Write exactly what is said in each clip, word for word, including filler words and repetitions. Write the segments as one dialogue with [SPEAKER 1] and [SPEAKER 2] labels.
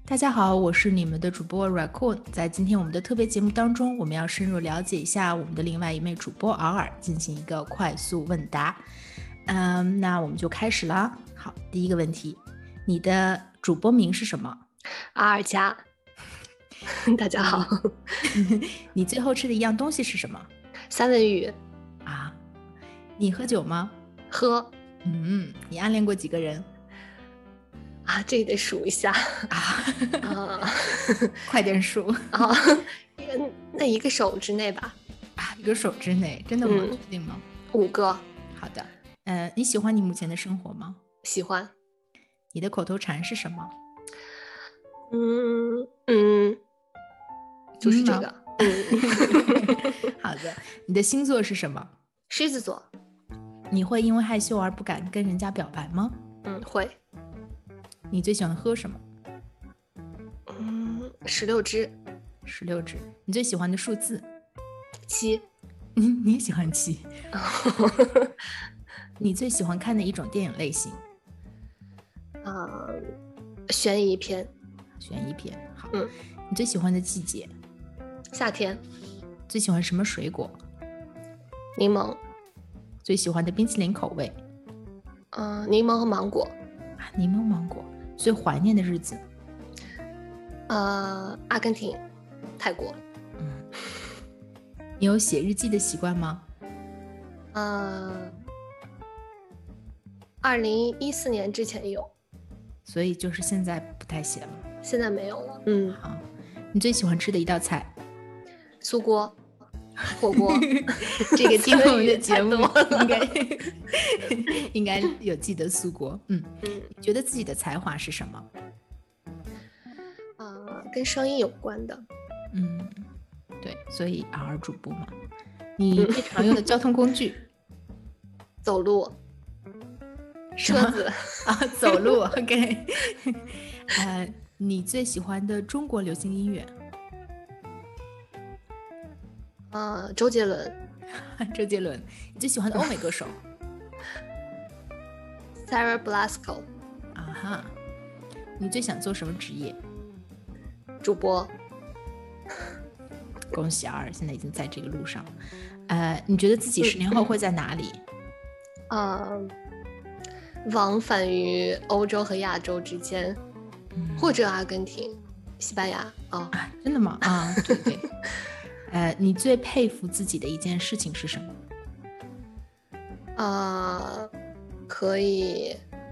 [SPEAKER 1] 大家好，我是你们的主播 Raccoon。在今天我们的特别节目当中，我们要深入了解一下我们的另外一位主播敖尔，进行一个快速问答。嗯，那我们就开始了。好，第一个问题，你的主播名是什么？
[SPEAKER 2] 阿尔加。大家好。
[SPEAKER 1] 你, 你最后吃的一样东西是什么？
[SPEAKER 2] 三文鱼。
[SPEAKER 1] 啊，你喝酒吗？
[SPEAKER 2] 喝。
[SPEAKER 1] 嗯，你暗恋过几个人？
[SPEAKER 2] 啊，这得数一下
[SPEAKER 1] 啊，
[SPEAKER 2] 啊
[SPEAKER 1] 快点数
[SPEAKER 2] 啊！那一个手之内吧。
[SPEAKER 1] 啊，一个手之内，真的吗？
[SPEAKER 2] 嗯、
[SPEAKER 1] 确定吗？
[SPEAKER 2] 五个。
[SPEAKER 1] 好的。呃，你喜欢你目前的生活吗？
[SPEAKER 2] 喜欢。
[SPEAKER 1] 你的口头禅是什么？
[SPEAKER 2] 嗯嗯，就是这个。
[SPEAKER 1] 嗯，好的。你的星座是什么？
[SPEAKER 2] 狮子座。
[SPEAKER 1] 你会因为害羞而不敢跟人家表白吗？
[SPEAKER 2] 嗯，会。
[SPEAKER 1] 你最喜欢喝什么？
[SPEAKER 2] 嗯，十六支。
[SPEAKER 1] 十六支。你最喜欢的数字？
[SPEAKER 2] 七。
[SPEAKER 1] 你你也喜欢七？你最喜欢看的一种电影类型？
[SPEAKER 2] 呃，悬疑片。
[SPEAKER 1] 悬疑片，好。
[SPEAKER 2] 嗯。
[SPEAKER 1] 你最喜欢的季节？
[SPEAKER 2] 夏天。
[SPEAKER 1] 最喜欢什么水果？
[SPEAKER 2] 柠檬。
[SPEAKER 1] 最喜欢的冰淇淋口味？
[SPEAKER 2] 嗯、呃，柠檬和芒果。
[SPEAKER 1] 啊，柠檬芒果。最怀念的日子？
[SPEAKER 2] 呃，阿根廷、泰国。
[SPEAKER 1] 嗯。你有写日记的习惯吗？
[SPEAKER 2] 呃，二零一四年之前有，
[SPEAKER 1] 所以就是现在不太写了。
[SPEAKER 2] 现在没有了。嗯。
[SPEAKER 1] 好，你最喜欢吃的一道菜？
[SPEAKER 2] 酥锅、火锅。
[SPEAKER 1] 这个听我们的节目应该应该有记得酥锅。嗯嗯。你觉得自己的才华是什么？
[SPEAKER 2] 呃，跟声音有关的。
[SPEAKER 1] 嗯，对，所以敖尔主播嘛。你最常用的交通工具？
[SPEAKER 2] 走路。车子
[SPEAKER 1] 啊，走路。OK。呃，你最喜欢的中国流行音乐？
[SPEAKER 2] 呃，周杰伦。
[SPEAKER 1] 周杰伦。你最喜欢的欧美歌手？
[SPEAKER 2] Sarah Blasco。
[SPEAKER 1] 啊哈。你最想做什么职业？
[SPEAKER 2] 主播。
[SPEAKER 1] 恭喜敖尔，现在已经在这个路上。呃，你觉得自己十年后会在哪里？
[SPEAKER 2] 呃，往返于欧洲和亚洲之间，嗯、或者阿根廷、西班牙。哦，
[SPEAKER 1] 啊，真的吗？啊，对对。呃，你最佩服自己的一件事情是什么？
[SPEAKER 2] 呃，可以，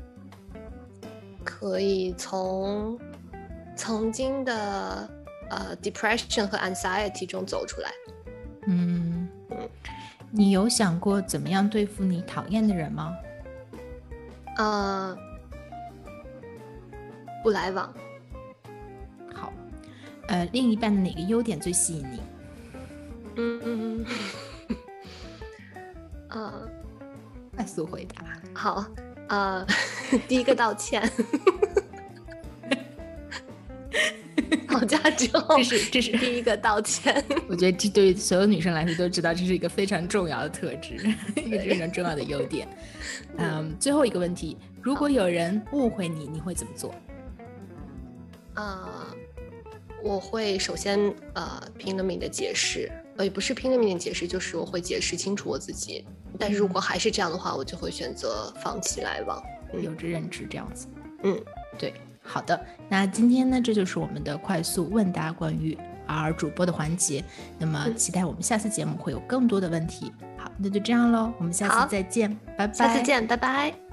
[SPEAKER 2] 可以从曾经的呃 depression 和 anxiety 中走出来。
[SPEAKER 1] 嗯嗯。你有想过怎么样对付你讨厌的人吗？
[SPEAKER 2] 呃，不来往。
[SPEAKER 1] 好。呃，另一半的哪个优点最吸引你？
[SPEAKER 2] 嗯嗯嗯。呃，
[SPEAKER 1] 快速回答。
[SPEAKER 2] 好。呃，第一个道歉。吵架之后，
[SPEAKER 1] 这是这是
[SPEAKER 2] 第一个道歉。
[SPEAKER 1] 我觉得这对所有女生来说都知道，这是一个非常重要的特质，一个非常重要的优点。嗯，最后一个问题，如果有人误会你，你会怎么做？
[SPEAKER 2] 呃，我会首先呃拼了命的解释，呃也不是拼了命的解释，就是我会解释清楚我自己。但是如果还是这样的话，我就会选择放弃来往。
[SPEAKER 1] 嗯、有着认知这样子。
[SPEAKER 2] 嗯，
[SPEAKER 1] 对。好的，那今天呢，这就是我们的快速问答关于敖尔主播的环节。那么期待我们下次节目会有更多的问题。好，那就这样咯，我们下次再见，拜拜。
[SPEAKER 2] 下次见，拜拜。